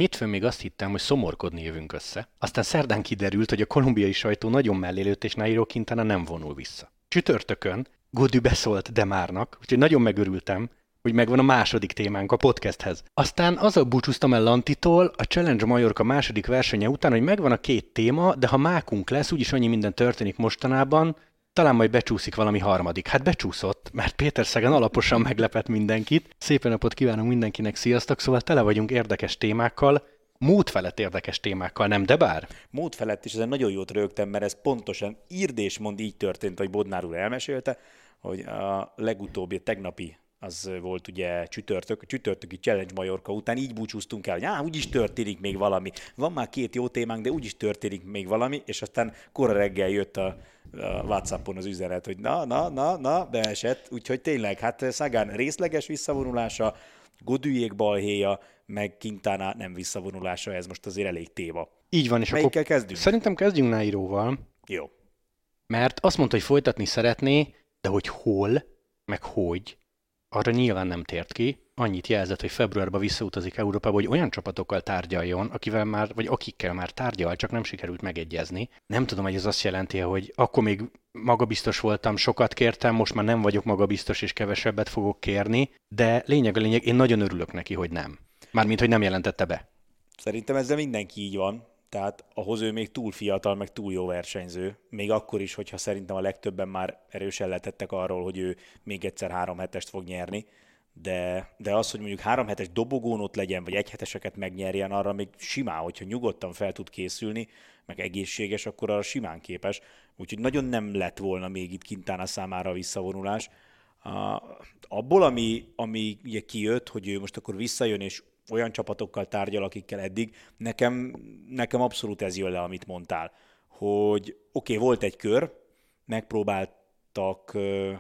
Hétfőn még azt hittem, hogy szomorkodni jövünk össze. Aztán szerdán kiderült, hogy a kolumbiai sajtó nagyon mellélőtt, és Nairo Quintana nem vonul vissza. Csütörtökön Gaudu beszólt Demárnak, úgyhogy nagyon megörültem, hogy megvan a második témánk a podcasthez. Aztán azzal búcsúztam el Lantitól a Challenge Mallorca második versenye után, hogy megvan a két téma, de ha mákunk lesz, úgyis annyi minden történik mostanában, talán majd becsúszik valami harmadik. Hát becsúszott, mert Péter Sagan alaposan meglepett mindenkit. Szép napot kívánunk mindenkinek, sziasztok! Szóval tele vagyunk érdekes témákkal, mód felett érdekes témákkal, nem de bár? Mód felett is ezen nagyon jót rögtem, mert ez pontosan írd és mond így történt, hogy Bodnár úr elmesélte, hogy a legutóbbi, tegnapi, az volt ugye csütörtöki Challenge Mallorca után, így búcsúztunk el, hogy úgyis történik még valami. Van már két jó témánk, de úgyis történik még valami, és aztán kora reggel jött a WhatsAppon az üzenet, hogy na, beesett. Úgyhogy tényleg, hát Sagan részleges visszavonulása, Gaudujék balhéja, meg Quintana nem visszavonulása, ez most azért elég téma. Így van, és melyikkel akkor kezdünk? Szerintem kezdjünk Nairoval. Jó. Mert azt mondta, hogy folytatni szeretné, de hogy hol, meg hogy, arra nyilván nem tért ki. Annyit jelzett, hogy februárban visszautazik Európába, hogy olyan csapatokkal tárgyaljon, akikkel már tárgyal, csak nem sikerült megegyezni. Nem tudom, hogy ez azt jelenti, hogy akkor még magabiztos voltam, sokat kértem, most már nem vagyok magabiztos, és kevesebbet fogok kérni, de lényeg, én nagyon örülök neki, hogy nem. Mármint, hogy nem jelentette be. Szerintem ezzel mindenki így van. Tehát ahhoz ő még túl fiatal, meg túl jó versenyző. Még akkor is, hogyha szerintem a legtöbben már erősen letettek arról, hogy ő még egyszer 3 hetest fog nyerni. De az, hogy mondjuk 3 hetes dobogón ott legyen, vagy 1 heteseket megnyerjen, arra még simán, hogyha nyugodtan fel tud készülni, meg egészséges, akkor arra simán képes. Úgyhogy nagyon nem lett volna még itt Quintana számára a visszavonulás. Abból, ami ugye kijött, hogy ő most akkor visszajön, és olyan csapatokkal tárgyal, akikkel eddig, nekem abszolút ez jön le, amit mondtál, hogy oké, volt egy kör, megpróbáltak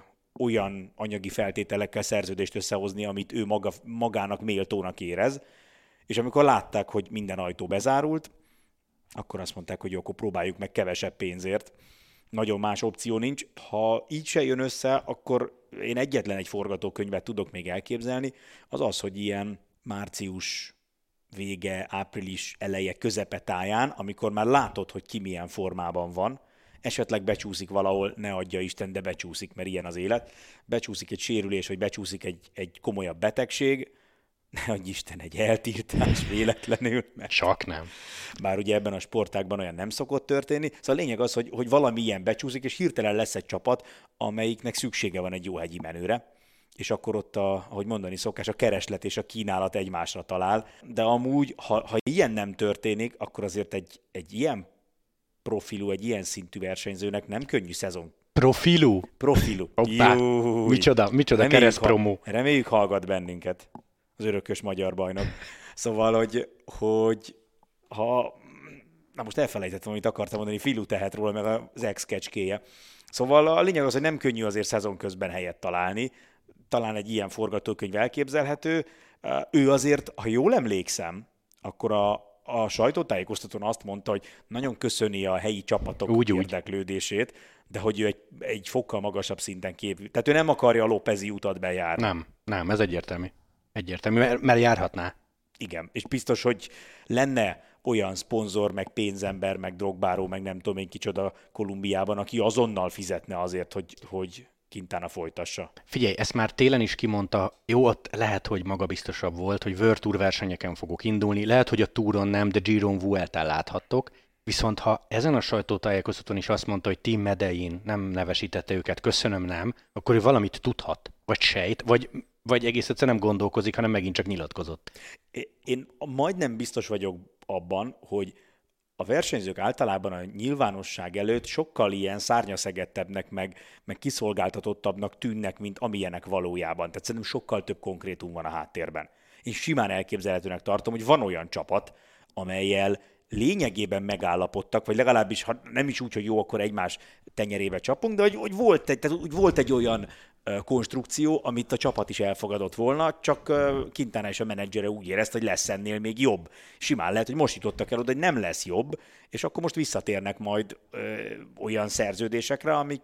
olyan anyagi feltételekkel szerződést összehozni, amit ő magának méltónak érez, és amikor látták, hogy minden ajtó bezárult, akkor azt mondták, hogy jó, akkor próbáljuk meg kevesebb pénzért. Nagyon más opció nincs. Ha így se jön össze, akkor én egyetlen egy forgatókönyvet tudok még elképzelni, az, hogy ilyen március vége, április eleje, közepe táján, amikor már látod, hogy ki milyen formában van, esetleg becsúszik valahol, ne adja Isten, de becsúszik, mert ilyen az élet, becsúszik egy sérülés, vagy becsúszik egy komolyabb betegség, ne adj Isten, egy eltiltás véletlenül. Csak nem. Bár ugye ebben a sportágban olyan nem szokott történni. Szóval a lényeg az, hogy valami ilyen becsúszik, és hirtelen lesz egy csapat, amelyiknek szüksége van egy jó hegyi menőre, és akkor ott, ahogy mondani szokás, a kereslet és a kínálat egymásra talál. De amúgy, ha ilyen nem történik, akkor azért egy ilyen profilú, egy ilyen szintű versenyzőnek nem könnyű szezon. Profilu? Hoppá, micsoda keresztpromó. Reméljük hallgat bennünket az örökös magyar bajnok. Szóval, hogy ha... Na most elfelejtettem, amit akartam mondani, Filu tehet róla, meg az ex-kecskéje. Szóval a lényeg az, hogy nem könnyű azért szezon közben helyet találni. Talán egy ilyen forgatókönyv elképzelhető. Ő azért, ha jól emlékszem, akkor a sajtótájékoztatón azt mondta, hogy nagyon köszöni a helyi csapatok érdeklődését, de hogy ő egy fokkal magasabb szinten képül. Tehát ő nem akarja a Lópezi utat bejárni. Nem, ez egyértelmű. Egyértelmű, mert járhatná. Igen, és biztos, hogy lenne olyan szponzor, meg pénzember, meg drogbáró, meg nem tudom én kicsoda Kolumbiában, aki azonnal fizetne azért, hogy Quintana folytassa. Figyelj, ezt már télen is kimondta, jó, ott lehet, hogy magabiztosabb volt, hogy World Tour versenyeken fogok indulni, lehet, hogy a Touron nem, de Giron Vueltán láthattok, viszont ha ezen a sajtótájékoztatón is azt mondta, hogy Team Medellin nem nevesítette őket, köszönöm, nem, akkor ő valamit tudhat, vagy sejt, vagy egész egyszerűen nem gondolkozik, hanem megint csak nyilatkozott. Én majdnem biztos vagyok abban, hogy a versenyzők általában a nyilvánosság előtt sokkal ilyen szárnyaszegedtebbnek, meg kiszolgáltatottabbnak tűnnek, mint amilyenek valójában. Tehát szerintem sokkal több konkrétum van a háttérben. Én simán elképzelhetőnek tartom, hogy van olyan csapat, amellyel lényegében megállapodtak, vagy legalábbis ha nem is úgy, hogy jó, akkor egymás tenyerébe csapunk, de hogy volt egy olyan konstrukció, amit a csapat is elfogadott volna, csak Quintana és a menedzsere úgy érezte, hogy lesz ennél még jobb. Simán lehet, hogy most jutottak el oda, hogy nem lesz jobb, és akkor most visszatérnek majd olyan szerződésekre, amik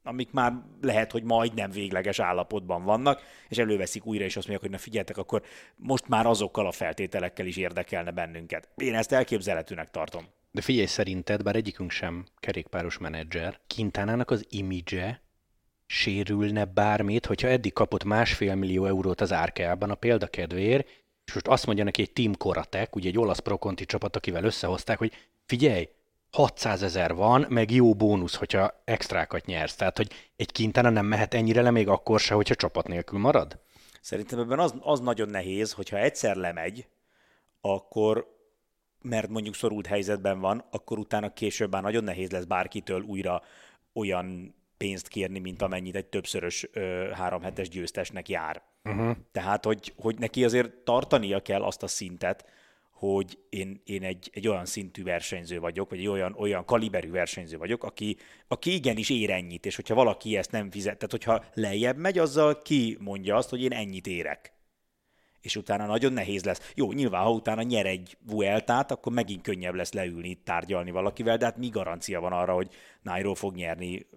amik már lehet, hogy majdnem végleges állapotban vannak, és előveszik újra, és azt mondják, hogy na figyeljetek, akkor most már azokkal a feltételekkel is érdekelne bennünket. Én ezt elképzelhetőnek tartom. De figyelj, szerinted, bár egyikünk sem kerékpáros menedzser, Quintánának az imidzse sérülne bármit, hogyha eddig kapott 1,5 millió eurót az Arkeában a példakedvéért, és most azt mondja neki egy Team Koratek, ugye egy olasz pro-conti csapat, akivel összehozták, hogy figyelj, 600 000 van, meg jó bónusz, hogyha extrákat nyersz. Tehát, hogy egy Quintana nem mehet ennyire le még akkor se, hogyha csapat nélkül marad? Szerintem ebben az nagyon nehéz, hogyha egyszer lemegy, akkor, mert mondjuk szorult helyzetben van, akkor utána később már nagyon nehéz lesz bárkitől újra olyan pénzt kérni, mint amennyit egy többszörös 3 hetes győztesnek jár. Tehát, hogy neki azért tartania kell azt a szintet, hogy én egy olyan szintű versenyző vagyok, vagy egy olyan kaliberű versenyző vagyok, aki igenis ér ennyit, és hogyha valaki ezt nem fizet, tehát hogyha lejjebb megy, azzal ki mondja azt, hogy én ennyit érek. És utána nagyon nehéz lesz. Jó, nyilván, ha utána nyer egy Vueltát, akkor megint könnyebb lesz leülni, tárgyalni valakivel, de hát mi garancia van arra, hogy Nairo fog nyerni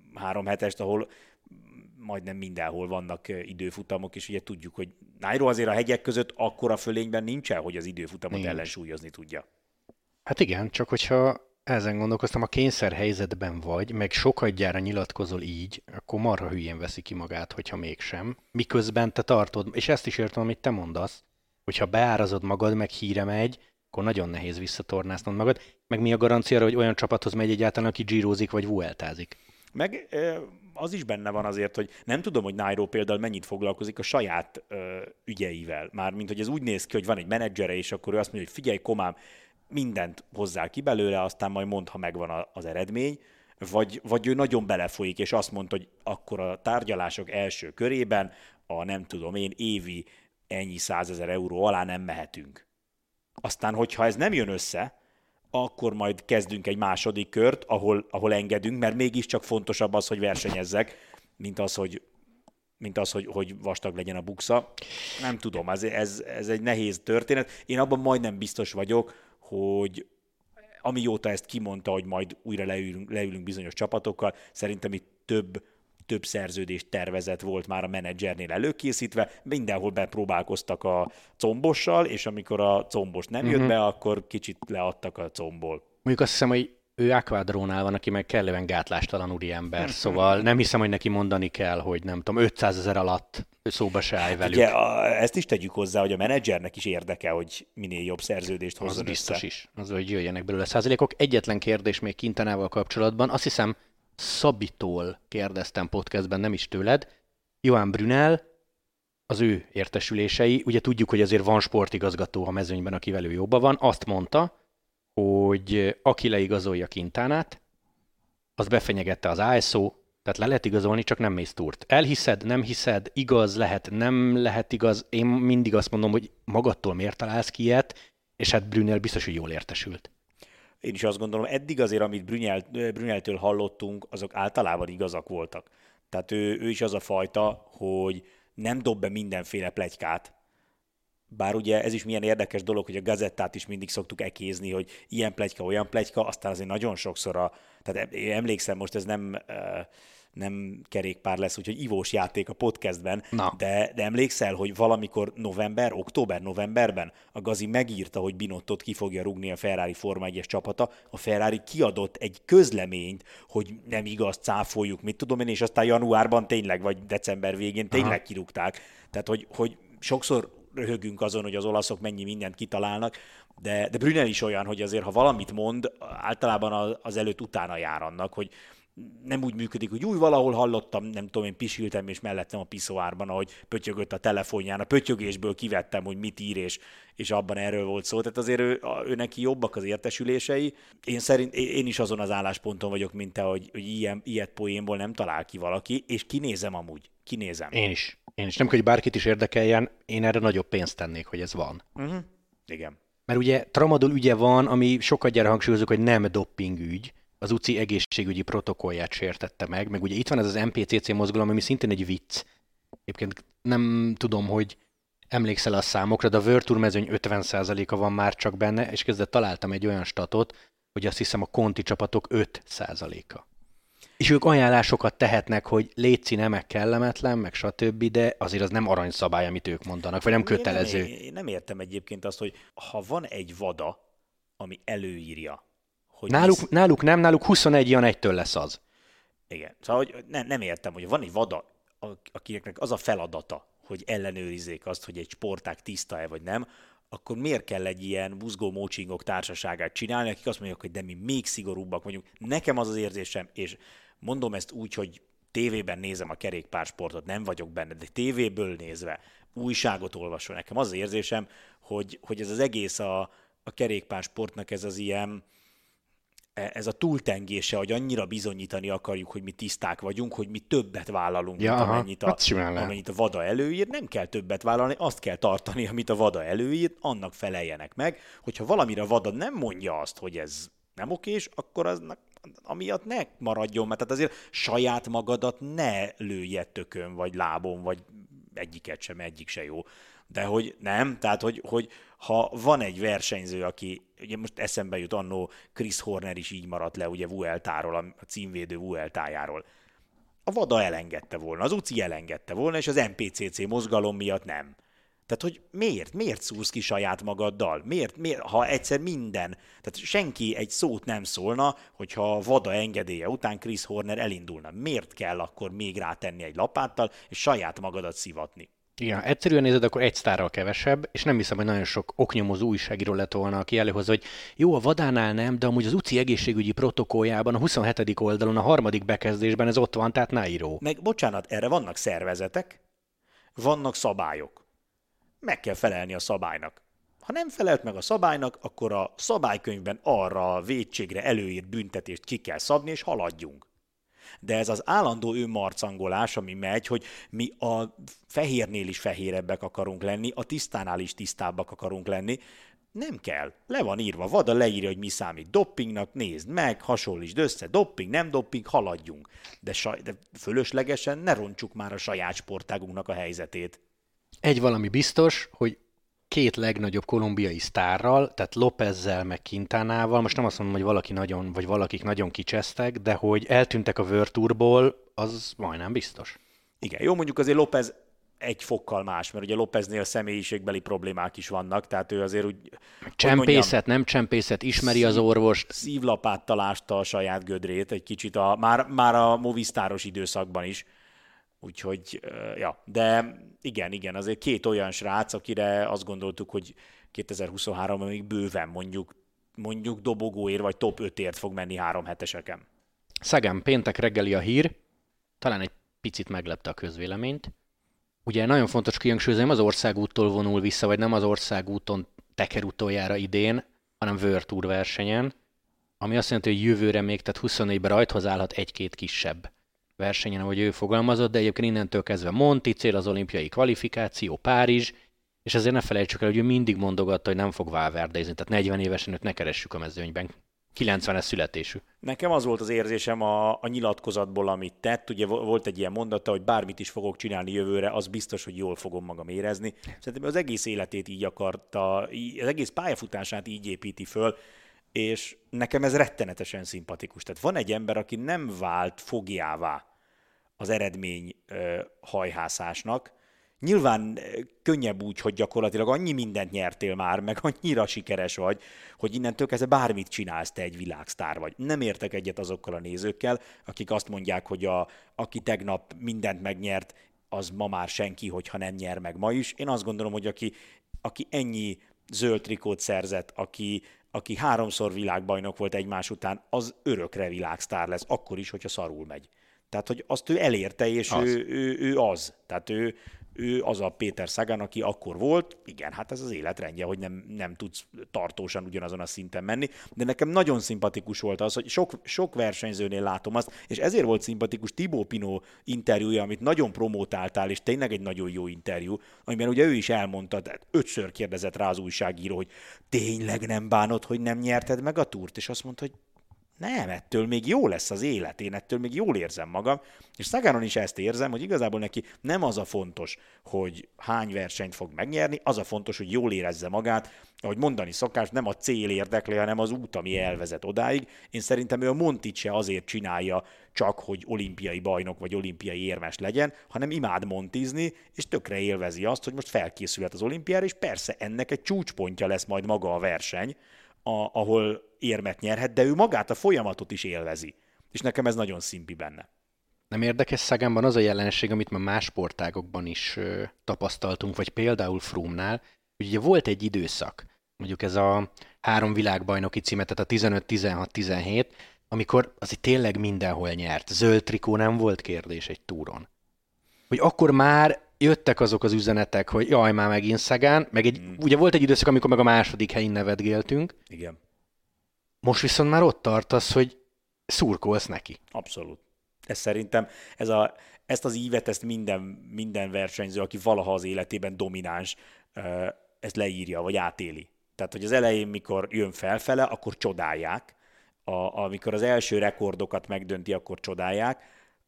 3 hetest, ahol majdnem mindenhol vannak időfutamok, és ugye tudjuk, hogy Nairo azért a hegyek között akkora fölényben nincsen, hogy az időfutamot ellensúlyozni tudja. Hát igen, csak hogyha ezen gondolkoztam, a kényszerhelyzetben vagy, meg sokadjára nyilatkozol így, akkor marha hülyén veszi ki magát, hogyha mégsem. Miközben te tartod, és ezt is értem, amit te mondasz, hogyha beárazod magad, meg híre megy, akkor nagyon nehéz visszatornásznod magad, meg mi a garancia, hogy olyan csapathoz megy egyáltalán, aki gyírózik vagy vueltázik. Meg az is benne van azért, hogy nem tudom, hogy Nairo például mennyit foglalkozik a saját ügyeivel. Mármint, hogy ez úgy néz ki, hogy van egy menedzsere, és akkor ő azt mondja, hogy figyelj, komám, mindent hozzál ki belőle, aztán majd mondd, ha megvan az eredmény, vagy ő nagyon belefolyik, és azt mondta, hogy akkor a tárgyalások első körében a nem tudom én évi ennyi 100 000 euró alá nem mehetünk. Aztán, hogyha ez nem jön össze, akkor majd kezdünk egy második kört, ahol engedünk, mert mégiscsak fontosabb az, hogy versenyezzek, mint az, hogy vastag legyen a buksa. Nem tudom, ez egy nehéz történet. Én abban majdnem biztos vagyok, hogy amióta ezt kimondta, hogy majd újra leülünk bizonyos csapatokkal, szerintem itt több szerződés tervezet volt már a menedzsernél előkészítve, mindenhol bepróbálkoztak a combossal, és amikor a combos nem jött be, akkor kicsit leadtak a comból. Mondjuk azt hiszem, hogy ő Aquadrónál van, aki meg kellően gátlástalan úriember, szóval nem hiszem, hogy neki mondani kell, hogy nem tudom, 500 000 alatt szóba se állj velük. Ugye, ezt is tegyük hozzá, hogy a menedzsernek is érdeke, hogy minél jobb szerződést hozzon össze. Az biztos is, az, hogy jöjjenek belőle százalékok. Egyetlen kérdés még Quintanával kapcsolatban, azt hiszem Szabitól kérdeztem podcastben, nem is tőled. Johan Brunel, az ő értesülései, ugye tudjuk, hogy azért van sportigazgató a mezőnyben, akivel ő jobban van, azt mondta, hogy aki leigazolja Quintanát, az befenyegette az ASO, tehát le lehet igazolni, csak nem mész túrt. Elhiszed, nem hiszed, igaz lehet, nem lehet igaz. Én mindig azt mondom, hogy magadtól miért találsz ki ilyet, és hát Brunel biztos, hogy jól értesült. Én is azt gondolom, eddig azért, amit Bruneltől hallottunk, azok általában igazak voltak. Tehát ő is az a fajta, hogy nem dob be mindenféle pletykát. Bár ugye ez is milyen érdekes dolog, hogy a gazettát is mindig szoktuk ekézni, hogy ilyen pletyka, olyan pletyka, aztán azért nagyon sokszor tehát emlékszem, most ez nem kerékpár lesz, úgyhogy ivós játék a podcastben, de emlékszel, hogy valamikor október-novemberben a Gazi megírta, hogy Binottot ki fogja rúgni a Ferrari Forma 1-es csapata, a Ferrari kiadott egy közleményt, hogy nem igaz, cáfoljuk, mit tudom én, és aztán januárban tényleg, vagy december végén tényleg kirúgták. Tehát, hogy sokszor röhögünk azon, hogy az olaszok mennyi mindent kitalálnak, de Brunel is olyan, hogy azért, ha valamit mond, általában az előtt utána jár annak, hogy nem úgy működik, hogy valahol hallottam, nem tudom, én pisiltem, és mellettem a piszoárban, ahogy pötyögött a telefonján, a pötyögésből kivettem, hogy mit ír, és abban erről volt szó. Tehát azért ő neki jobbak az értesülései. Én is azon az állásponton vagyok, mint te, hogy ilyet poénból nem talál ki valaki, és kinézem amúgy. Kinézem. Én is. Nem, hogy bárkit is érdekeljen, én erre nagyobb pénzt tennék, hogy ez van. Igen. Mert ugye Tramadol ügye van, ami sokat gyára hangsúlyozok, hogy nem dopping ügy, az UCI egészségügyi protokollját sértette meg ugye itt van ez az MPCC mozgalom, ami szintén egy vicc. Egyébként nem tudom, hogy emlékszel a számokra, de a World Tour mezőny 50%-a van már csak benne, és közben találtam egy olyan statot, hogy azt hiszem a Conti csapatok 5%-a. És ők ajánlásokat tehetnek, hogy létszi, nem, meg kellemetlen, meg stb., de azért az nem aranyszabály, amit ők mondanak, vagy nem kötelező. Én nem értem egyébként azt, hogy ha van egy vada, ami előírja, hogy Náluk 21 ilyen 1-től lesz az. Igen. Szóval hogy nem értem, hogy van egy vada, akinek az a feladata, hogy ellenőrizzék azt, hogy egy sportág tiszta-e vagy nem, akkor miért kell egy ilyen buzgó mócsingok társaságát csinálni, akik azt mondják, hogy de mi még szigorúbbak vagyunk. Nekem az az érzésem, és mondom ezt úgy, hogy tévében nézem a kerékpársportot, nem vagyok benne, de tévéből nézve, újságot olvasva, nekem az az érzésem, hogy ez az egész a kerékpársportnak ez az ilyen, ez a túltengése, hogy annyira bizonyítani akarjuk, hogy mi tiszták vagyunk, hogy mi többet vállalunk, mint amennyit a VADA előír. Nem kell többet vállalni, azt kell tartani, amit a VADA előír, annak feleljenek meg. Hogyha valamire a VADA nem mondja azt, hogy ez nem okés, akkor az amiatt ne maradjon, mert tehát azért saját magadat ne lőjed tökön, vagy lábon, vagy egyiket sem, egyik se jó. De hogy nem, tehát hogy ha van egy versenyző, aki, ugye most eszembe jut annó Chris Horner is így maradt le, ugye Vueltáról, a címvédő Vueltájáról. A VADA elengedte volna, az UCI elengedte volna, és az NPCC mozgalom miatt nem. Tehát, hogy miért szúrsz ki saját magaddal? Miért? Ha egyszer minden, tehát senki egy szót nem szólna, hogyha a VADA engedélye után Chris Horner elindulna. Miért kell akkor még rátenni egy lapáttal, és saját magadat szivatni? Igen, egyszerűen nézed, akkor egy sztárral kevesebb, és nem hiszem, hogy nagyon sok oknyomozó újságíró lett volna, aki előhozza, hogy jó, a VADA-nál nem, de amúgy az UCI egészségügyi protokolljában, a 27. oldalon, a 3. bekezdésben ez ott van, tehát író. Meg bocsánat, erre vannak szervezetek, vannak szabályok. Meg kell felelni a szabálynak. Ha nem felelt meg a szabálynak, akkor a szabálykönyvben arra a vétségre előírt büntetést ki kell szabni, és haladjunk. De ez az állandó önmarcangolás, ami megy, hogy mi a fehérnél is fehérebbek akarunk lenni, a tisztánál is tisztábbak akarunk lenni, nem kell. Le van írva, VADA leírja, hogy mi számít doppingnak, nézd meg, hasonlítsd össze, dopping, nem dopping, haladjunk. De fölöslegesen ne rontsuk már a saját sportágunknak a helyzetét. Egy valami biztos, hogy 2 legnagyobb kolumbiai sztárral, tehát Lópezzel meg Quintanával, most nem azt mondom, hogy valaki nagyon, vagy valakik nagyon kicsesztek, de hogy eltűntek a World Tourból, az majdnem biztos. Igen, jó, mondjuk azért López egy fokkal más, mert ugye Lópeznél személyiségbeli problémák is vannak, tehát ő azért úgy... Csempészet, nem csempészet, ismeri az orvost. Szívlapáttal ásta a saját gödrét egy kicsit, már a Movistáros időszakban is. Úgyhogy, ja, de igen, azért 2 olyan srác, akire azt gondoltuk, hogy 2023-ban még bőven mondjuk dobogóért vagy top 5-ért fog menni 3 heteseken. Sagan, péntek reggeli a hír, talán egy picit meglepte a közvéleményt. Ugye nagyon fontos kihangsúlyozni, nem az országúttól vonul vissza, vagy nem az országúton teker utoljára idén, hanem World Tour versenyen, ami azt jelenti, hogy jövőre még, tehát 24-ben rajthoz állhat 1-2 kisebb versenyen, ahogy ő fogalmazott, de egyébként innentől kezdve Monti, cél az olimpiai kvalifikáció, Párizs, és ezért ne felejtsük el, hogy ő mindig mondogatta, hogy nem fog válverdezni, tehát 40 évesen őt ne keressük a mezőnyben. 90-es születésű. Nekem az volt az érzésem a nyilatkozatból, amit tett. Ugye volt egy ilyen mondata, hogy bármit is fogok csinálni jövőre, az biztos, hogy jól fogom magam érezni. Szerintem az egész életét így akarta, az egész pályafutását így építi föl, és nekem ez rettenetesen szimpatikus. Tehát van egy ember, aki nem vált fogjává az eredmény hajhászásnak. Nyilván könnyebb úgy, hogy gyakorlatilag annyi mindent nyertél már, meg annyira sikeres vagy, hogy innentől kezdve bármit csinálsz, te egy világsztár vagy. Nem értek egyet azokkal a nézőkkel, akik azt mondják, hogy aki tegnap mindent megnyert, az ma már senki, hogyha nem nyer meg ma is. Én azt gondolom, hogy aki ennyi zöld trikót szerzett, aki 3-szor világbajnok volt egymás után, az örökre világsztár lesz, akkor is, hogyha szarul megy. Tehát, hogy azt ő elérte, és ő az. Tehát ő az a Peter Sagan, aki akkor volt, igen, hát ez az életrendje, hogy nem tudsz tartósan ugyanazon a szinten menni, de nekem nagyon szimpatikus volt az, hogy sok versenyzőnél látom azt, és ezért volt szimpatikus Thibaut Pinot interjúja, amit nagyon promótáltál, és tényleg egy nagyon jó interjú, amiben ugye ő is elmondta, 5-ször kérdezett rá az újságíró, hogy tényleg nem bánod, hogy nem nyerted meg a túrt, és azt mondta, hogy Nem, ettől még jó lesz az élet, én ettől még jól érzem magam, és Saganon is ezt érzem, hogy igazából neki nem az a fontos, hogy hány versenyt fog megnyerni, az a fontos, hogy jól érezze magát, ahogy mondani szokás, nem a cél érdekli, hanem az út, ami elvezet odáig. Én szerintem ő a Montit se azért csinálja csak, hogy olimpiai bajnok vagy olimpiai érmes legyen, hanem imád montizni, és tökre élvezi azt, hogy most felkészülhet az olimpiára, és persze ennek egy csúcspontja lesz majd maga a verseny, ahol érmet nyerhet, de ő magát a folyamatot is élvezi. És nekem ez nagyon szimpi benne. Nem érdekes Saganban az a jelenség, amit már más sportágokban is tapasztaltunk, vagy például Froome-nál, hogy ugye volt egy időszak, mondjuk ez a 3 világbajnoki címet, tehát a 15, 16, 17, amikor azért tényleg mindenhol nyert. Zöld trikó nem volt kérdés egy túron. Hogy akkor már jöttek azok az üzenetek, hogy jaj, már megint Sagan, meg ugye volt egy időszak, amikor meg a második helyen nevetgéltünk. Igen. Most viszont már ott tartasz, hogy szurkolsz neki. Abszolút. Ez szerintem, ezt az ívet, ezt minden versenyző, aki valaha az életében domináns, ezt leírja, vagy átéli. Tehát, hogy az elején, mikor jön felfele, akkor csodálják. Amikor az első rekordokat megdönti, akkor csodálják.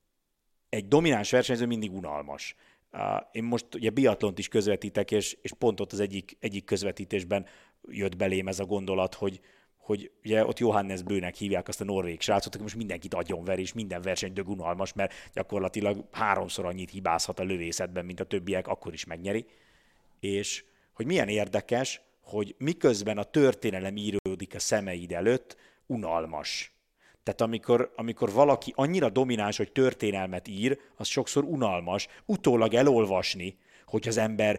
Egy domináns versenyző mindig unalmas. Én most ugye biatlont is közvetítek, és pont ott az egyik közvetítésben jött belém ez a gondolat, hogy ugye ott Johannes Bőnek hívják azt a norvég srácot, aki most mindenkit agyonver, és minden verseny dög unalmas, mert gyakorlatilag 3-szor annyit hibázhat a lövészetben, mint a többiek, akkor is megnyeri. És hogy milyen érdekes, hogy miközben a történelem íródik a szemeid előtt, unalmas. Tehát amikor valaki annyira domináns, hogy történelmet ír, az sokszor unalmas. Utólag elolvasni, hogy az ember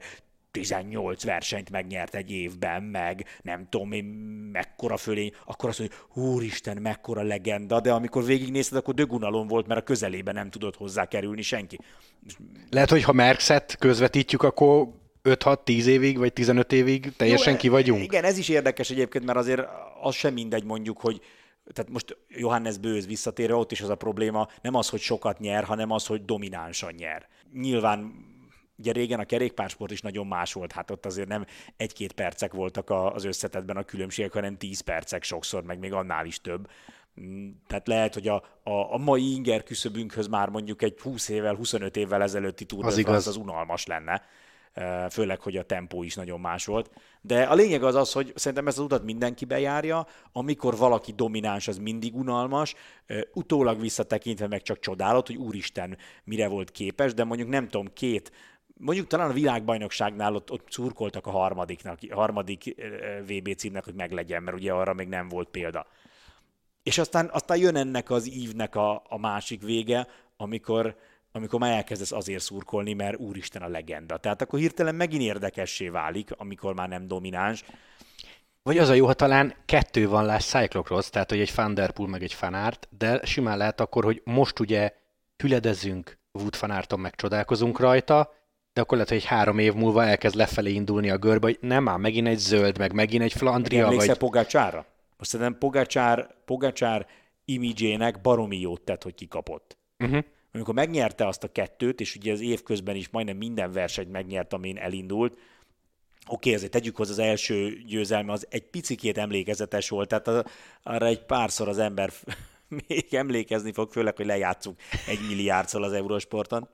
18 versenyt megnyert egy évben, meg nem tudom én mekkora fölény, akkor azt mondja, úristen, mekkora legenda, de amikor végignézted, akkor dögunalom volt, mert a közelében nem tudott hozzá kerülni senki. Lehet, hogy ha Merckxet közvetítjük, akkor 5-6-10 évig, vagy 15 évig teljesen ki vagyunk? Igen, ez is érdekes egyébként, mert azért az sem mindegy mondjuk, hogy tehát most Johannes Bőhöz visszatérve, ott is az a probléma, nem az, hogy sokat nyer, hanem az, hogy dominánsan nyer. Nyilván ugye régen a kerékpársport is nagyon más volt, hát ott azért nem 1-2 percek voltak az összetettben a különbségek, hanem 10 percek sokszor, meg még annál is több. Tehát lehet, hogy a mai inger küszöbünkhöz már mondjuk egy 20 évvel, 25 évvel ezelőtti Tour de France az unalmas lenne. Főleg, hogy a tempó is nagyon más volt. De a lényeg az, hogy szerintem ezt az utat mindenki bejárja, amikor valaki domináns, az mindig unalmas, utólag visszatekintve meg csak csodálod, hogy úristen, mire volt képes, de mondjuk nem tudom, mondjuk talán a világbajnokságnál ott szurkoltak a harmadik VB címnek, hogy meglegyen, mert ugye arra még nem volt példa. És aztán jön ennek az ívnek a másik vége, amikor már elkezdesz azért szurkolni, mert úristen a legenda. Tehát akkor hirtelen megint érdekessé válik, amikor már nem domináns. Vagy az a jó, ha talán 2 van láss cyclocross, tehát hogy egy Van der Poel meg egy Van Aert, de simán lehet akkor, hogy most ugye hüledezünk Wout van Aerton, meg csodálkozunk rajta, de akkor lehet, hogy 3 év múlva elkezd lefelé indulni a görbe, hogy nem már megint egy zöld, meg megint egy Flandria. Emlékszel Pogačarra? Most szerintem Pogačar imidzsének baromi jót tett, hogy kikapott. Amikor megnyerte azt a 2-t, és ugye az évközben is majdnem minden versenyt megnyert, amin elindult, oké, ezért tegyük hozzá, az első győzelme az egy picikét emlékezetes volt, tehát arra egy párszor az ember még emlékezni fog, főleg, hogy lejátszunk 1 milliárdszor az Eurosporton,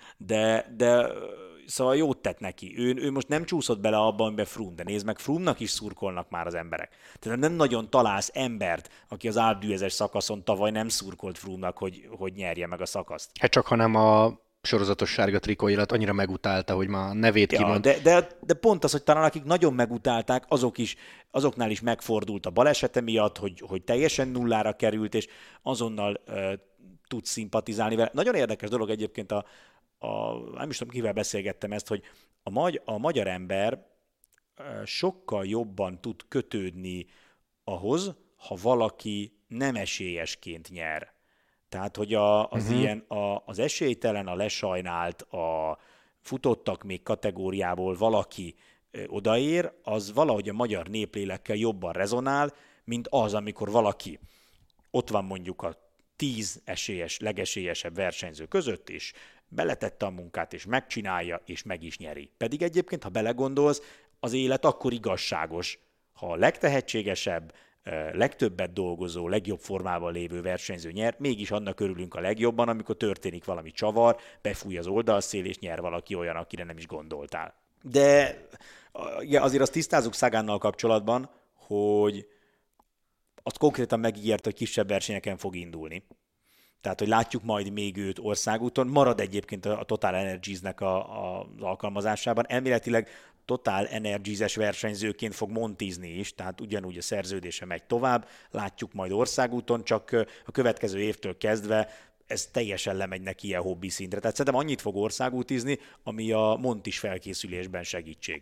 de szóval jót tett neki. Ő most nem csúszott bele abban, amiben Froome, de nézd meg, Froome-nak is szurkolnak már az emberek. Tehát nem nagyon találsz embert, aki az Alpe d'Huezes szakaszon tavaly nem szurkolt Froome-nak, hogy nyerje meg a szakaszt. Hát csak hanem a sorozatos sárga trikóirat annyira megutálta, hogy már nevét kimond. De pont az, hogy talán akik nagyon megutálták, azoknál is megfordult a balesete miatt, hogy teljesen nullára került, és azonnal tudsz szimpatizálni vele. Nagyon érdekes dolog egyébként nem is tudom, kivel beszélgettem ezt, hogy a magyar ember sokkal jobban tud kötődni ahhoz, ha valaki nem esélyesként nyer. Tehát, hogy az esélytelen, a lesajnált, a futottak még kategóriából valaki odaér, az valahogy a magyar néplélekkel jobban rezonál, mint az, amikor valaki ott van mondjuk a 10 legesélyesebb versenyző között, és beletette a munkát, és megcsinálja, és meg is nyeri. Pedig egyébként, ha belegondolsz, az élet akkor igazságos, ha a legtehetségesebb, legtöbbet dolgozó, legjobb formában lévő versenyző nyer, mégis annak örülünk a legjobban, amikor történik valami csavar, befúj az oldalszél, és nyer valaki olyan, akire nem is gondoltál. De azért azt tisztázzuk Sagannal kapcsolatban, hogy azt konkrétan megígért, hogy kisebb versenyeken fog indulni. Tehát, hogy látjuk majd még őt országúton, marad egyébként a Total Energies-nek az alkalmazásában. Elméletileg Total Energies-es versenyzőként fog montizni is, tehát ugyanúgy a szerződése megy tovább, látjuk majd országúton, csak a következő évtől kezdve ez teljesen lemegy neki ilyen hobbi szintre. Tehát szerintem annyit fog országútizni, ami a Montis felkészülésben segítség.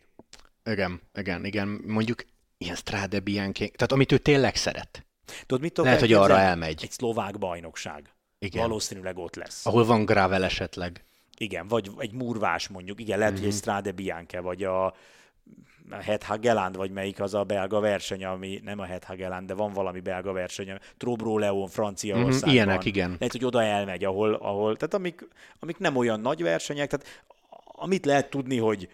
Igen. Mondjuk ilyen Strade Bianchi, tehát amit ő tényleg szeret. Tudod, mit lehet, hogy arra elmegy. Egy szlovák bajnokság. Igen. Valószínűleg ott lesz. Ahol van gravel esetleg. Igen, vagy egy murvás mondjuk. Igen, lehet, hogy egy Strade Bianche, vagy a Het Hageland, vagy melyik az a belga verseny, ami nem a Het Hageland, de van valami belga verseny, Trobro Leon Franciaországban. Ilyenek, igen. Lehet, hogy oda elmegy, ahol tehát amik nem olyan nagy versenyek, tehát amit lehet tudni, hogy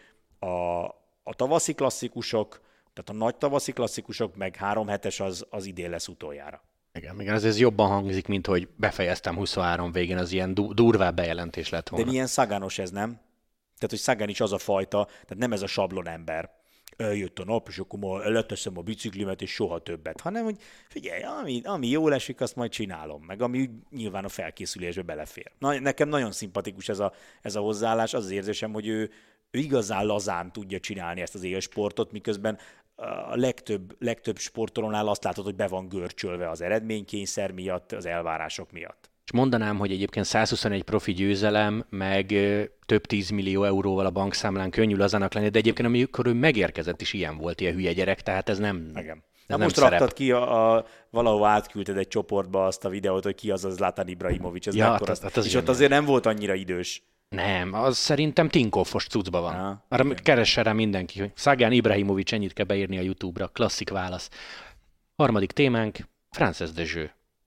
a tavaszi klasszikusok, tehát a nagy tavaszi klasszikusok, meg 3 hetes az idén lesz utoljára. Igen, ez jobban hangzik, mint hogy befejeztem 23 végén, az ilyen durvább bejelentés lett volna. De milyen Saganos ez, nem? Tehát, hogy Sagan is az a fajta, tehát nem ez a sablon ember. Eljött a nap, és akkor leteszem a biciklimet, és soha többet. Hanem, hogy figyelj, ami jól esik, azt majd csinálom, meg ami nyilván a felkészülésbe belefér. Nekem nagyon szimpatikus ez a hozzáállás, az érzésem, hogy ő igazán lazán tudja csinálni ezt az élsportot, miközben a legtöbb sportolónál azt látod, hogy be van görcsölve az eredménykényszer miatt, az elvárások miatt. És mondanám, hogy egyébként 121 profi győzelem, meg több 10 millió euróval a bankszámlán könnyű lazának lenni, de egyébként amikor ő megérkezett is ilyen volt, ilyen hülye gyerek, tehát ez nem Igen. Ez most raktad ki, valahol átküldted egy csoportba azt a videót, hogy ki az Zlatan Ibrahimovic, ez mekkora, és ott azért nem volt annyira idős. Nem, az szerintem Tinkoffos cuccba van. Arra keresse rá mindenki, hogy Sagan Ibrahimovic, ennyit kell beírni a YouTube-ra. Klasszik válasz. Harmadik témánk, Frances Dejeu.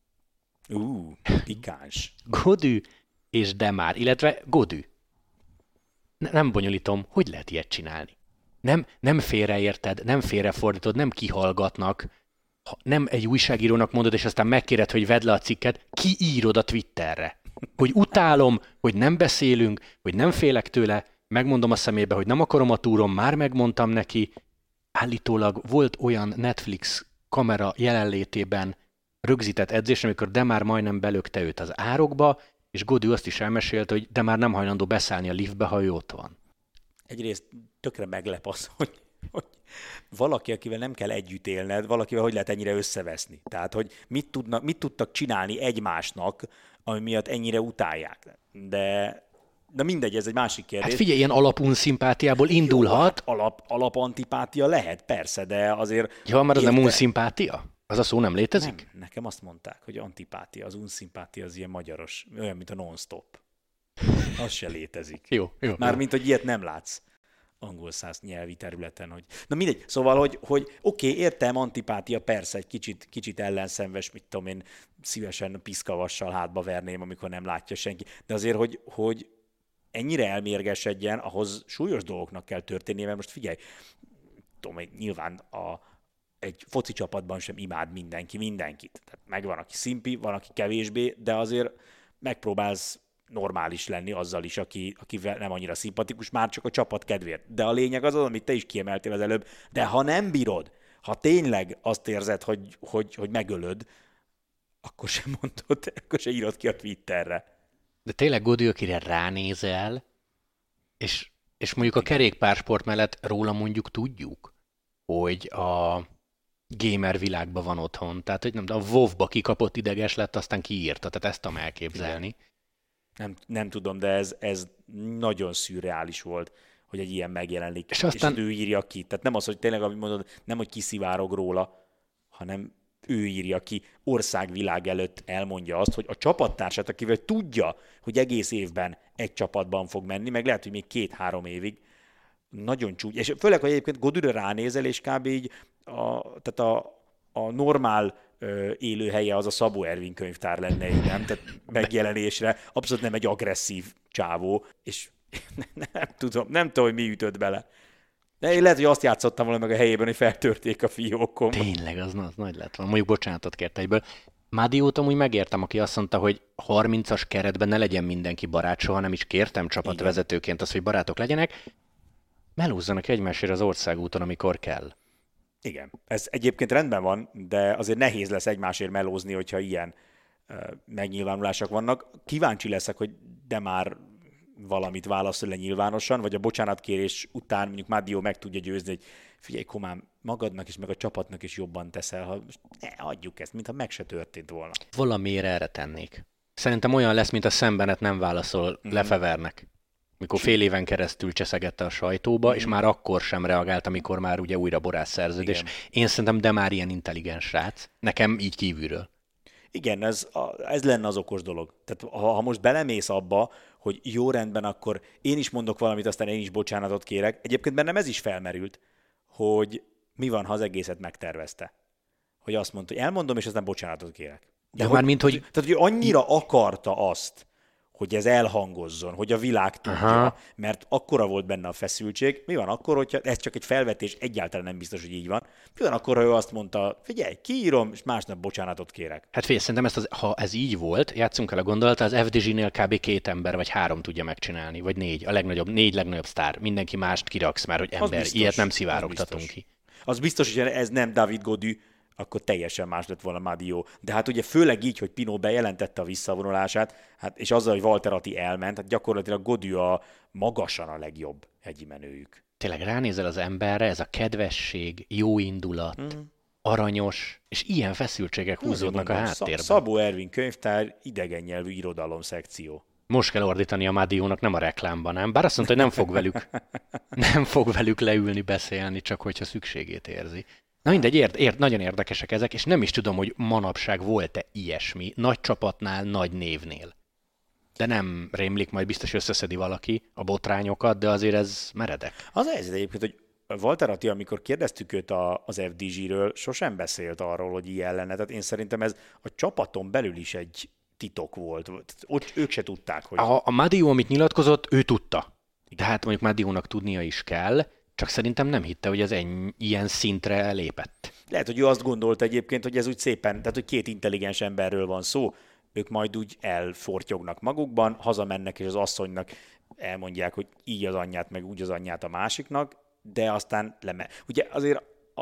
Pikáns. Gaudu és Demar, illetve Gaudu. Nem bonyolítom, hogy lehet ilyet csinálni? Nem félreérted, nem félrefordítod, nem kihallgatnak, nem egy újságírónak mondod, és aztán megkéred, hogy vedd le a cikket, kiírod a Twitterre. Hogy utálom, hogy nem beszélünk, hogy nem félek tőle, megmondom a szemébe, hogy nem akarom a túron, már megmondtam neki. Állítólag volt olyan Netflix kamera jelenlétében rögzített edzés, amikor Demar majdnem belökte őt az árokba, és Gaudu azt is elmesélt, hogy Demar nem hajlandó beszállni a liftbe, ha ő ott van. Egyrészt tökre meglep az, hogy valaki, akivel nem kell együtt élned, valakivel hogy lehet ennyire összeveszni. Tehát, hogy mit tudtak csinálni egymásnak, ami miatt ennyire utálják. De mindegy, ez egy másik kérdés. Hát figyelj, ilyen alapunszimpátiából indulhat. Jó, hát alapantipátia lehet, persze, de azért... Ja, már az nem unszimpátia? Az a szó nem létezik? Nem, nekem azt mondták, hogy antipátia, az unszimpátia az ilyen magyaros, olyan, mint a non-stop. Az se létezik. Jó. Mármint, hogy ilyet nem látsz angol száz nyelvi területen. Hogy... Na mindegy, szóval, hogy oké, értem, antipátia, persze, egy kicsit ellenszenves, mit tudom én, szívesen piszkavassal hátba verném, amikor nem látja senki. De azért, hogy ennyire elmérgesedjen, ahhoz súlyos dolgoknak kell történnie, mert most figyelj, tudom, nyilván egy foci csapatban sem imád mindenkit. Tehát megvan, aki szimpi, van, aki kevésbé, de azért megpróbálsz normális lenni azzal is, akivel nem annyira szimpatikus, már csak a csapat kedvéért. De a lényeg az, amit te is kiemeltél az előbb, de ha nem bírod, ha tényleg azt érzed, hogy megölöd, akkor sem mondod, akkor sem írod ki a Twitterre. De tényleg Gaudu, akire ránézel, és mondjuk a kerékpársport mellett róla mondjuk tudjuk, hogy a gamer világban van otthon. Tehát, hogy nem, de a WoW-ba kikapott ideges lett, aztán kiírta. Tehát ezt tudom elképzelni. Nem tudom, de ez nagyon szürreális volt, hogy egy ilyen megjelenik, és aztán... ő írja ki. Tehát nem az, hogy tényleg, amit mondod, nem, hogy kiszivárog róla, hanem ő írja ki, országvilág előtt elmondja azt, hogy a csapattársát, akivel tudja, hogy egész évben egy csapatban fog menni, meg lehet, hogy még 2-3 évig, nagyon csúcs. És főleg, hogy egyébként Gaudura ránézel, és kb. Így a normál élőhelye az a Szabó Ervin könyvtár lenne így, nem? Tehát megjelenésre abszolút nem egy agresszív csávó, és nem tudom, hogy mi ütött bele. De én lehet, hogy azt játszottam volna meg a helyében, hogy feltörték a fiókon. Tényleg, az nagy lett volna. Mondjuk bocsánatot kért egyből. Mádiót amúgy megértem, aki azt mondta, hogy 30-as keretben ne legyen mindenki barát, soha nem is kértem csapatvezetőként azt, hogy barátok legyenek, melózzanak egymásért az országúton, amikor kell. Igen, ez egyébként rendben van, de azért nehéz lesz egymásért melózni, hogyha ilyen megnyilvánulások vannak. Kíváncsi leszek, hogy de már valamit válaszol le nyilvánosan, vagy a bocsánatkérés után mondjuk Mádió meg tudja győzni, hogy figyelj Komám, magadnak is, meg a csapatnak is jobban teszel, ha adjuk ezt, mintha meg se történt volna. Valamiért erre tennék. Szerintem olyan lesz, mint a Szembenet nem válaszol Lefevernek, mikor fél éven keresztül cseszegette a sajtóba, és már akkor sem reagált, amikor már ugye újra borász szerződés. Én szerintem de már ilyen intelligens srác. Nekem így kívülről. Igen, ez lenne az okos dolog. Tehát ha most belemész abba, hogy jó rendben, akkor én is mondok valamit, aztán én is bocsánatot kérek. Egyébként bennem ez is felmerült, hogy mi van, ha az egészet megtervezte. Hogy azt mondta, hogy elmondom, és aztán bocsánatot kérek. De már mint hogy... Tehát, hogy annyira akarta azt, hogy ez elhangozzon, hogy a világ tudja, mert akkora volt benne a feszültség. Mi van akkor, hogyha ez csak egy felvetés, egyáltalán nem biztos, hogy így van. Mi van akkor, ha ő azt mondta, figyelj, kiírom, és másnap bocsánatot kérek. Hát figyelj, szerintem ha ez így volt, játszunk el a gondolata, az FDZ-nél kb. 2 ember vagy 3 tudja megcsinálni, vagy 4, 4 legnagyobb sztár. Mindenki mást kiraksz már, hogy ember, biztos, ilyet nem szivárogtatunk ki. Az biztos, hogy ez nem David Gaudu, akkor teljesen más lett volna Mádió. De hát ugye főleg így, hogy Pinot bejelentette a visszavonulását, hát, és azzal, hogy Walter Atti elment, hát gyakorlatilag Gaudu a magasan a legjobb hegyi menőjük. Tényleg ránézel az emberre, ez a kedvesség, jó indulat, aranyos, és ilyen feszültségek húzódnak a háttérben. Szabó Ervin könyvtár, idegen nyelvű irodalom szekció. Most kell ordítani a Mádiónak, nem a reklámban, nem? Bár azt mondta, hogy nem fog velük leülni, beszélni, csak hogyha szükségét érzi. Na mindegy, nagyon érdekesek ezek, és nem is tudom, hogy manapság volt-e ilyesmi nagy csapatnál, nagy névnél. De nem rémlik, majd biztos összeszedi valaki a botrányokat, de azért ez meredek. Az egyébként, hogy Walter Atti, amikor kérdeztük őt az FDZ-ről, sosem beszélt arról, hogy ilyen lenne. Tehát én szerintem ez a csapaton belül is egy titok volt. Ott ők se tudták, hogy... A Mádió, amit nyilatkozott, ő tudta. Tehát mondjuk Mádiónak tudnia is kell, csak szerintem nem hitte, hogy ez ilyen szintre lépett. Lehet, hogy ő azt gondolta egyébként, hogy ez úgy szépen, tehát hogy 2 intelligens emberről van szó, ők majd úgy elfortyognak magukban, hazamennek, és az asszonynak elmondják, hogy így az anyját, meg úgy az anyját a másiknak, de aztán Ugye azért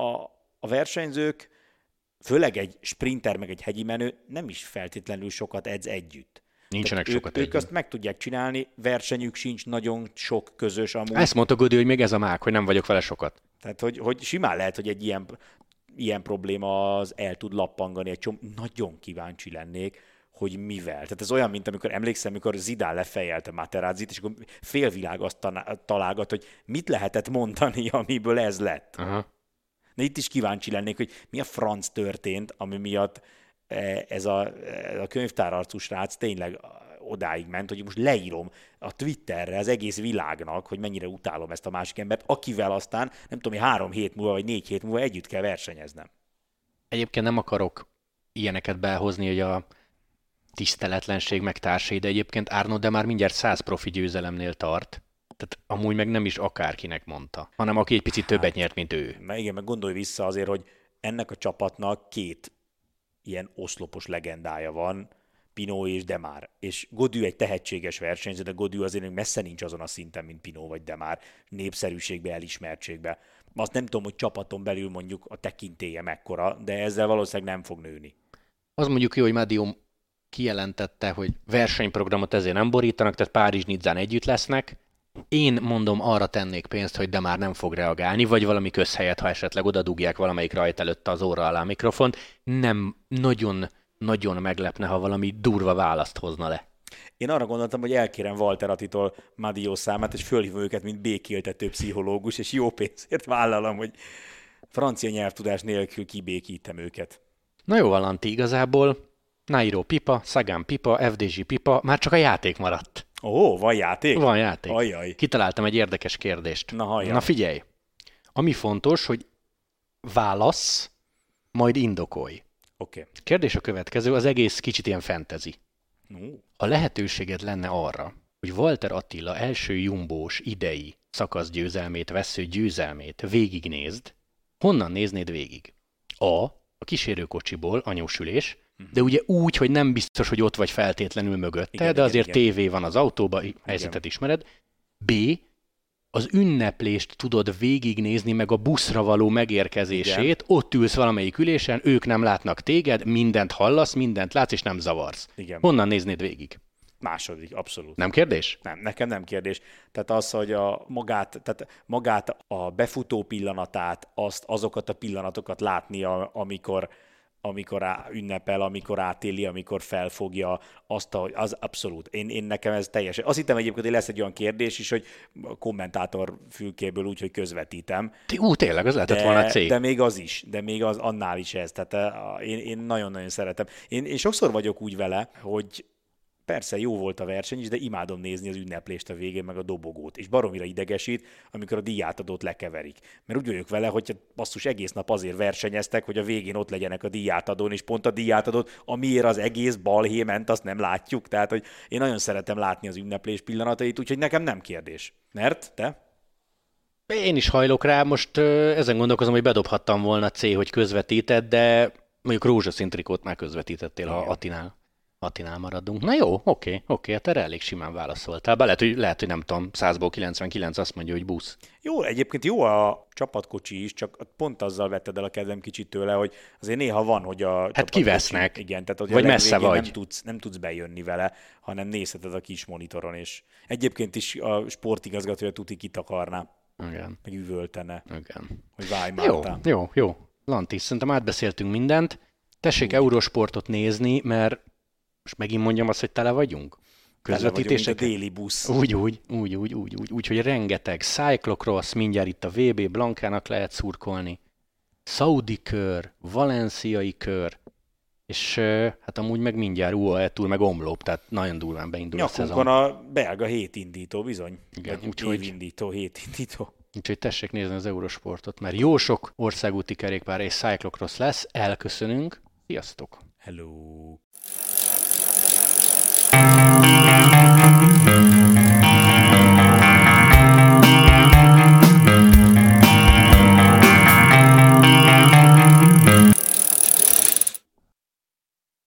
a versenyzők, főleg egy sprinter, meg egy hegyi menő nem is feltétlenül sokat edz együtt. Nincsenek sokat ők azt meg tudják csinálni, versenyük sincs nagyon sok közös amúgy. Ezt mondta Gaudu, hogy még ez a mák, hogy nem vagyok vele sokat. Tehát, hogy simán lehet, hogy egy ilyen probléma az el tud lappangani. Nagyon kíváncsi lennék, hogy mivel. Tehát ez olyan, mint amikor emlékszem, amikor Zidane lefejelte Materazzit, és akkor félvilág azt találgat, hogy mit lehetett mondani, amiből ez lett. Aha. De itt is kíváncsi lennék, hogy mi a franc történt, ami miatt ez a könyvtárarcú srác tényleg odáig ment, hogy most leírom a Twitterre az egész világnak, hogy mennyire utálom ezt a másik embert, akivel aztán, nem tudom, 3 hét múlva vagy 4 hét múlva együtt kell versenyeznem. Egyébként nem akarok ilyeneket behozni, hogy a tiszteletlenség meg társai, de egyébként Arnaud de már mindjárt 100 profi győzelemnél tart. Tehát amúgy meg nem is akárkinek mondta, hanem aki egy picit többet nyert, mint ő. Igen, meg gondolj vissza azért, hogy ennek a csapatnak 2 ilyen oszlopos legendája van, Pinot és Demár. És Gaudu egy tehetséges versenyző, de Gaudu azért még messze nincs azon a szinten, mint Pinot vagy Demár, népszerűségbe, elismertségbe. Azt nem tudom, hogy csapaton belül mondjuk a tekintélye mekkora, de ezzel valószínűleg nem fog nőni. Az mondjuk jó, hogy Mádió kijelentette, hogy versenyprogramot ezért nem borítanak, tehát Párizs-Nizzán együtt lesznek. Én mondom, arra tennék pénzt, hogy Demár nem fog reagálni, vagy valami közhelyet, ha esetleg oda dugják valamelyik rajt előtt az óra alá a mikrofont. Nem nagyon meglepne, ha valami durva választ hozna le. Én arra gondoltam, hogy elkérem Walter Attitól Mádió számát, és fölhívom őket, mint békéltető pszichológus, és jó pénzért vállalom, hogy francia nyelvtudás nélkül kibékítem őket. Na jó, Valanti, igazából Nairo pipa, Sagan pipa, FDZ pipa, már csak a játék maradt. Ó, van játék? Van játék. Ajaj. Kitaláltam egy érdekes kérdést. Na figyelj, ami fontos, hogy válasz, majd indokolj. Okay. Kérdés a következő, az egész kicsit ilyen fantasy. Ha lehetőséged lenne arra, hogy Walter Attila első jumbós idei szakasz győzelmét, vessző győzelmét végignézd, honnan néznéd végig? A kísérőkocsiból, anyósülés, de ugye úgy, hogy nem biztos, hogy ott vagy feltétlenül mögötte, Igen, de azért igen. tévé van az autóban, helyzetet ismered. B, az ünneplést tudod végignézni, meg a buszra való megérkezését, Igen. ott ülsz valamelyik ülésen, ők nem látnak téged, mindent hallasz, mindent látsz, és nem zavarsz. Igen. Honnan néznéd végig? Második, abszolút. Nem kérdés? Nem, nekem nem kérdés. Tehát az, hogy magát a befutó pillanatát, azokat a pillanatokat látni, amikor ünnepel, amikor átéli, amikor felfogja, az abszolút. Én nekem ez teljesen. Azt hittem egyébként, hogy lesz egy olyan kérdés is, hogy a kommentátor fülkéből úgy, hogy közvetítem. Tényleg, az lehetett volna cég. De még az is, de még az annál is ez. Tehát én nagyon-nagyon szeretem. Én sokszor vagyok úgy vele, hogy persze jó volt a verseny is, de imádom nézni az ünneplést a végén, meg a dobogót. És baromira idegesít, amikor a díjátadót lekeverik. Mert úgy vagyok vele, hogy basszus egész nap azért versenyeztek, hogy a végén ott legyenek a díjátadón, és pont a díjátadót, amiért az egész balhé ment, azt nem látjuk. Tehát, hogy én nagyon szeretem látni az ünneplés pillanatait, úgyhogy nekem nem kérdés. Mert te? Én is hajlok rá, most ezen gondolkozom, hogy bedobhattam volna C, hogy közvetített, de mondjuk rózsaszín trikót már közvetítettél, ha Attinál maradunk. Na jó, oké, hát erre elég simán válaszoltál. Lehet, hogy nem tudom, 100-ból 99 azt mondja, hogy busz. Jó, egyébként jó a csapatkocsi is, csak pont azzal vetted el a kedvem kicsit tőle, hogy azért néha van, hogy a hát kivesznek, igen, tehát, hogy vagy messze vagy. Nem tudsz bejönni vele, hanem nézheted a kis monitoron, és egyébként is a sportigazgatója tuti kitakarná. Igen. Meg üvöltene. Igen. Hogy válj már. Jó. Lantis, szerintem átbeszéltünk mindent. Tessék Eurosportot nézni, mert most megint mondjam azt, hogy tele vagyunk. Közvetítések. A déli busz. Úgy, hogy rengeteg cyclocross, mindjárt itt a VB, Blankának lehet szurkolni. Saudi kör, valenciai kör, és hát amúgy meg mindjárt UAE Tour, meg omlop, tehát nagyon durván beindul a szezon. Nyakunkon a belga hétindító bizony. Igen, hétindító. Úgyhogy tessék nézni az Eurosportot, mert jó sok országúti kerékpár és cyclocross lesz, elköszönünk, sziasztok! Hello!